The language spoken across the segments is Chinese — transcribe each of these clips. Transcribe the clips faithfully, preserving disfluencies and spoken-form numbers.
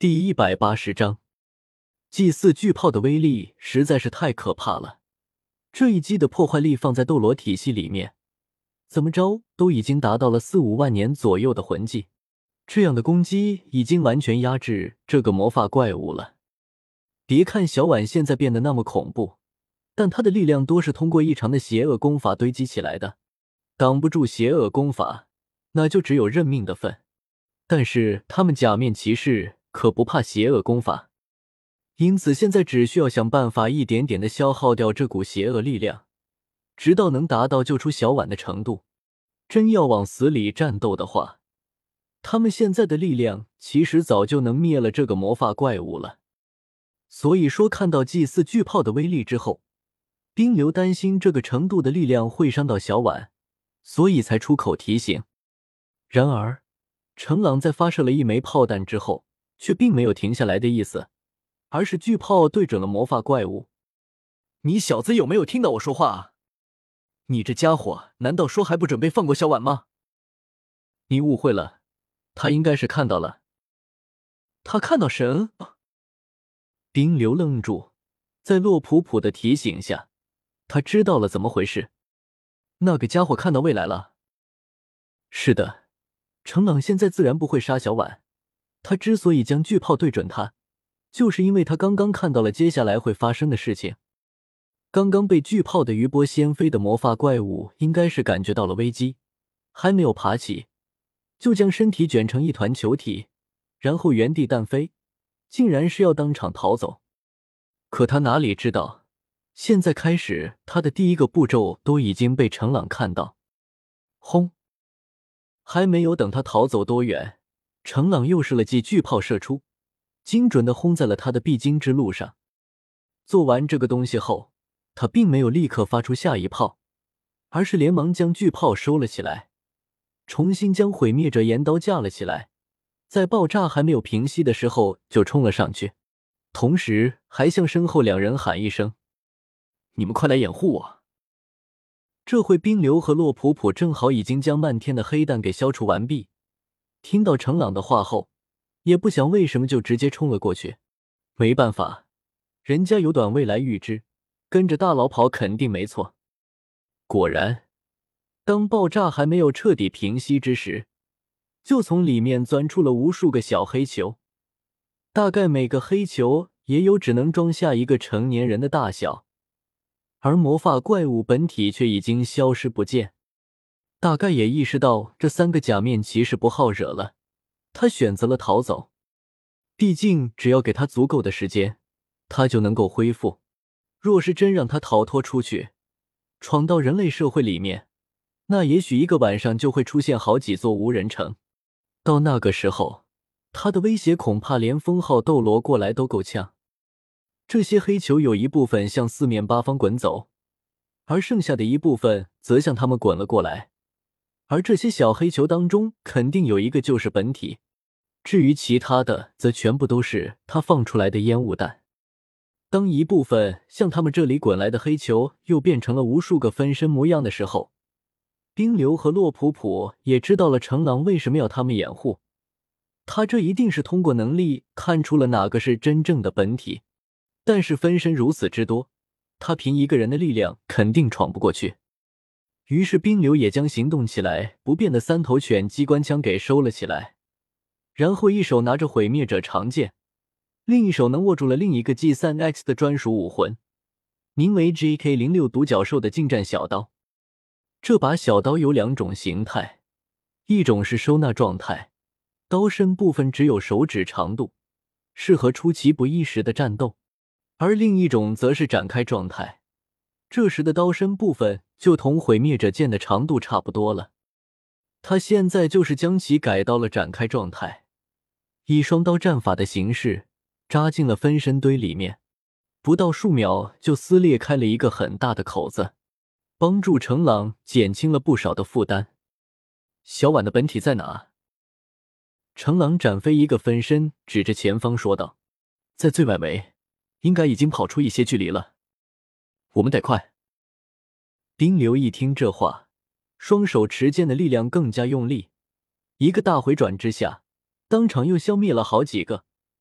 第一百八十章，祭祀巨炮的威力实在是太可怕了。这一击的破坏力放在斗罗体系里面，怎么着都已经达到了四五万年左右的魂技。这样的攻击已经完全压制这个魔法怪物了。别看小婉现在变得那么恐怖，但她的力量多是通过异常的邪恶功法堆积起来的，挡不住邪恶功法，那就只有认命的份。但是他们假面骑士可不怕邪恶功法，因此现在只需要想办法一点点的消耗掉这股邪恶力量，直到能达到救出小婉的程度。真要往死里战斗的话，他们现在的力量其实早就能灭了这个魔法怪物了。所以说看到祭祀巨炮的威力之后，冰流担心这个程度的力量会伤到小婉，所以才出口提醒。然而程朗在发射了一枚炮弹之后，却并没有停下来的意思，而是巨炮对准了魔法怪物。你小子有没有听到我说话啊？你这家伙难道说还不准备放过小婉吗？你误会了，他应该是看到了。他看到神？冰流愣住，在洛普普的提醒下，他知道了怎么回事。那个家伙看到未来了。是的，程朗现在自然不会杀小婉，他之所以将巨炮对准他，就是因为他刚刚看到了接下来会发生的事情。刚刚被巨炮的余波掀飞的魔法怪物应该是感觉到了危机，还没有爬起，就将身体卷成一团球体，然后原地弹飞，竟然是要当场逃走。可他哪里知道，现在开始他的第一个步骤都已经被程朗看到。轰！还没有等他逃走多远，程朗又是了记巨炮射出，精准地轰在了他的必经之路上。做完这个东西后，他并没有立刻发出下一炮，而是连忙将巨炮收了起来，重新将毁灭者岩刀架了起来，在爆炸还没有平息的时候就冲了上去，同时还向身后两人喊一声：你们快来掩护我。这会冰流和洛普普正好已经将漫天的黑弹给消除完毕，听到程朗的话后，也不想为什么就直接冲了过去。没办法，人家有短未来预知，跟着大佬跑肯定没错。果然，当爆炸还没有彻底平息之时，就从里面钻出了无数个小黑球，大概每个黑球也有只能装下一个成年人的大小。而魔法怪物本体却已经消失不见，大概也意识到这三个假面骑士不好惹了，他选择了逃走。毕竟只要给他足够的时间，他就能够恢复。若是真让他逃脱出去，闯到人类社会里面，那也许一个晚上就会出现好几座无人城。到那个时候，他的威胁恐怕连封号斗罗过来都够呛。这些黑球有一部分向四面八方滚走，而剩下的一部分则向他们滚了过来。而这些小黑球当中肯定有一个就是本体，至于其他的则全部都是他放出来的烟雾弹。当一部分向他们这里滚来的黑球又变成了无数个分身模样的时候，冰流和洛普普也知道了程朗为什么要他们掩护。他这一定是通过能力看出了哪个是真正的本体。但是分身如此之多，他凭一个人的力量肯定闯不过去。于是冰流也将行动起来不变的三头犬机关枪给收了起来，然后一手拿着毁灭者长剑，另一手能握住了另一个 G 三 X 的专属武魂，名为 J K 零六 独角兽的近战小刀。这把小刀有两种形态，一种是收纳状态，刀身部分只有手指长度，适合出其不意时的战斗。而另一种则是展开状态，这时的刀身部分就同毁灭者剑的长度差不多了。他现在就是将其改到了展开状态，以双刀战法的形式扎进了分身堆里面，不到数秒就撕裂开了一个很大的口子，帮助程朗减轻了不少的负担。小婉的本体在哪？程朗展飞一个分身，指着前方说道：在最外围，应该已经跑出一些距离了，我们得快。冰流一听这话，双手持剑的力量更加用力，一个大回转之下，当场又消灭了好几个，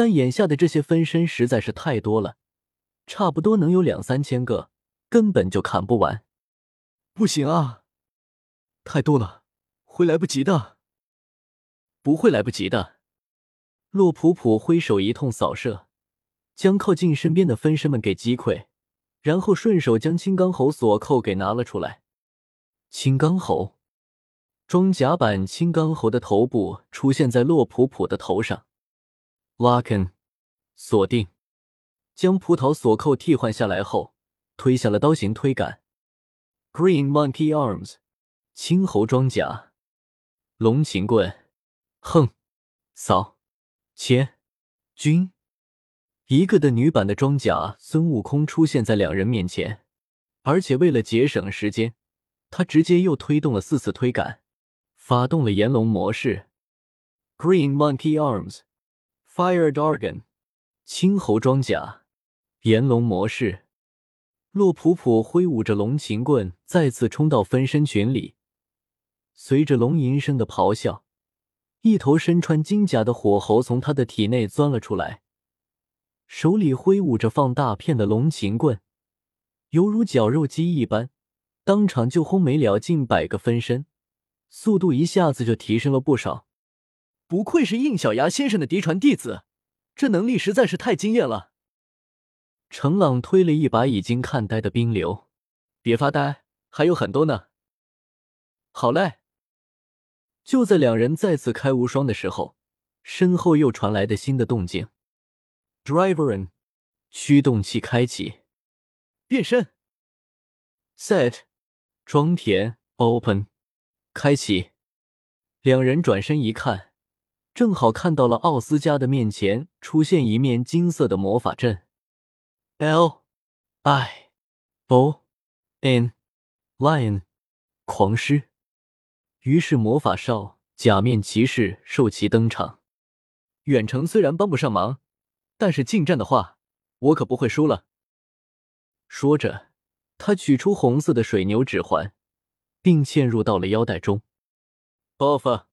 但眼下的这些分身实在是太多了，差不多能有两三千个，根本就砍不完。 不行啊，太多了，会来不及的。 不会来不及的。洛普普挥手一通扫射，将靠近身边的分身们给击溃，然后顺手将青钢猴锁扣给拿了出来。青钢猴，装甲版青钢猴的头部出现在洛普普的头上。Lock-in， 锁定。将葡萄锁扣替换下来后，推下了刀形推杆。Green Monkey Arms， 青猴装甲。龙琴棍，横，扫，切，均。一个的女版的装甲孙悟空出现在两人面前，而且为了节省时间，他直接又推动了四次推杆，发动了炎龙模式。Green Monkey Arms， Fire Dragon， 青猴装甲，炎龙模式。洛普普挥舞着龙琴棍再次冲到分身群里，随着龙吟声的咆哮，一头身穿金甲的火猴从他的体内钻了出来，手里挥舞着放大片的龙琴棍，犹如绞肉机一般，当场就轰没了近百个分身，速度一下子就提升了不少。不愧是应小牙先生的嫡传弟子，这能力实在是太惊艳了。程朗推了一把已经看呆的冰流，别发呆，还有很多呢。好嘞。就在两人再次开无双的时候，身后又传来的新的动静。Driverin， 驱动器开启，变身 Set， 装填 Open， 开启。两人转身一看，正好看到了奥斯加的面前出现一面金色的魔法阵。L I O N Lion 狂狮。于是魔法少假面骑士兽骑登场。远程虽然帮不上忙，但是近战的话，我可不会输了。说着，他取出红色的水牛指环，并嵌入到了腰带中。Buff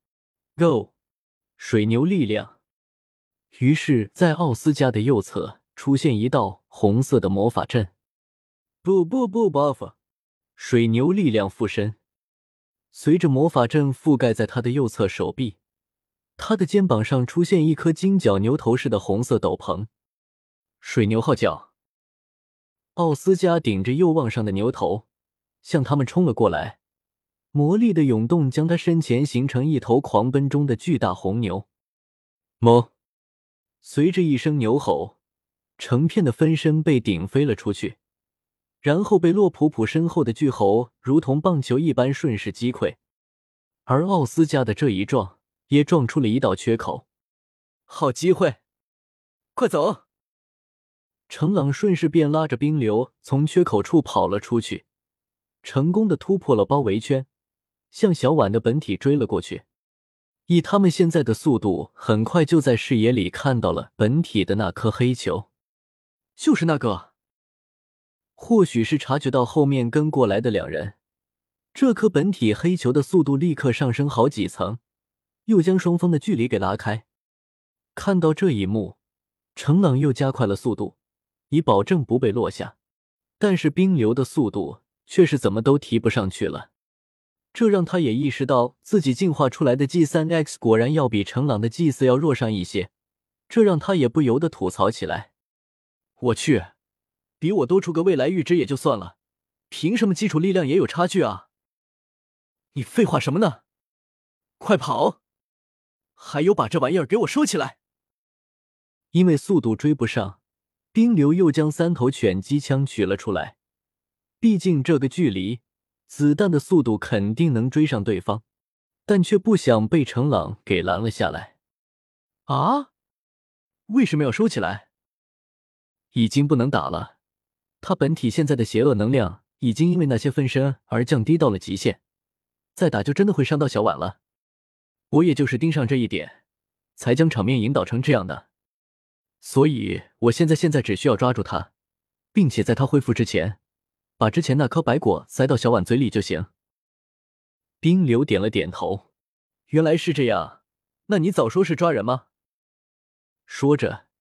Go 水牛力量。于是在奥斯加的右侧出现一道红色的魔法阵。不不不 Buff 水牛力量附身。随着魔法阵覆盖在他的右侧手臂，他的肩膀上出现一颗金角牛头似的红色斗篷。水牛号角。奥斯加顶着右望上的牛头向他们冲了过来，魔力的涌动将他身前形成一头狂奔中的巨大红牛。哞！随着一声牛吼，成片的分身被顶飞了出去，然后被洛普普身后的巨猴如同棒球一般顺势击溃，而奥斯加的这一撞也撞出了一道缺口。好机会，快走！程朗顺势便拉着冰流从缺口处跑了出去，成功的突破了包围圈，向小婉的本体追了过去。以他们现在的速度，很快就在视野里看到了本体的那颗黑球。就是那个。或许是察觉到后面跟过来的两人，这颗本体黑球的速度立刻上升好几层，又将双方的距离给拉开。看到这一幕，程朗又加快了速度，以保证不被落下。但是冰流的速度却是怎么都提不上去了，这让他也意识到自己进化出来的 G 三 X 果然要比程朗的 G 四 要弱上一些，这让他也不由得吐槽起来。我去，比我多出个未来预知也就算了，凭什么基础力量也有差距啊？你废话什么呢？快跑！还有，把这玩意儿给我收起来！因为速度追不上，冰流又将三头犬机枪取了出来。毕竟这个距离，子弹的速度肯定能追上对方，但却不想被程朗给拦了下来。啊？为什么要收起来？已经不能打了。他本体现在的邪恶能量已经因为那些分身而降低到了极限，再打就真的会伤到小婉了。我也就是盯上这一点，才将场面引导成这样的。所以我现在现在只需要抓住他，并且在他恢复之前，把之前那颗白果塞到小婉嘴里就行。冰流点了点头，原来是这样，那你早说是抓人吗？说着，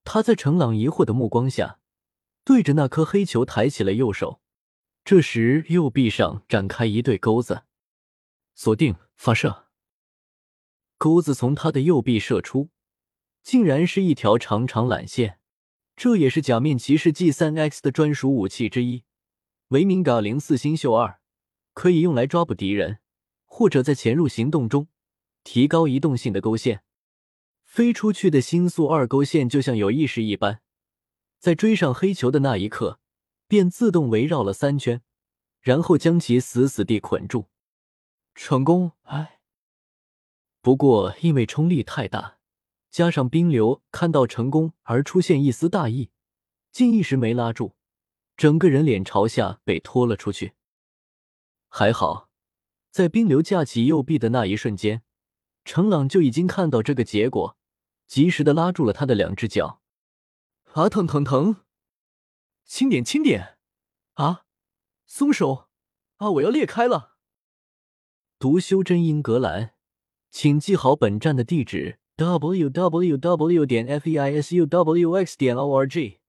他在程朗疑惑的目光下，对着那颗黑球抬起了右手。这时右臂上展开一对钩子，锁定，发射。钩子从他的右臂射出，竟然是一条长长缆线。这也是假面骑士 G 三 X 的专属武器之一，为名嘎零四星宿二，可以用来抓捕敌人，或者在潜入行动中提高移动性的钩线。飞出去的星宿二钩线就像有意识一般，在追上黑球的那一刻便自动围绕了三圈，然后将其死死地捆住。成功！哎，不过因为冲力太大，加上冰流看到成功而出现一丝大意，竟一时没拉住，整个人脸朝下被拖了出去。还好，在冰流架起右臂的那一瞬间，程朗就已经看到这个结果，及时的拉住了他的两只脚。 啊，疼疼疼！轻点，轻点！啊，松手！啊，我要裂开了！ 读修真英格兰，请记好本站的地址 ：double u double u double u 点 f e i s u w x 点 o r g。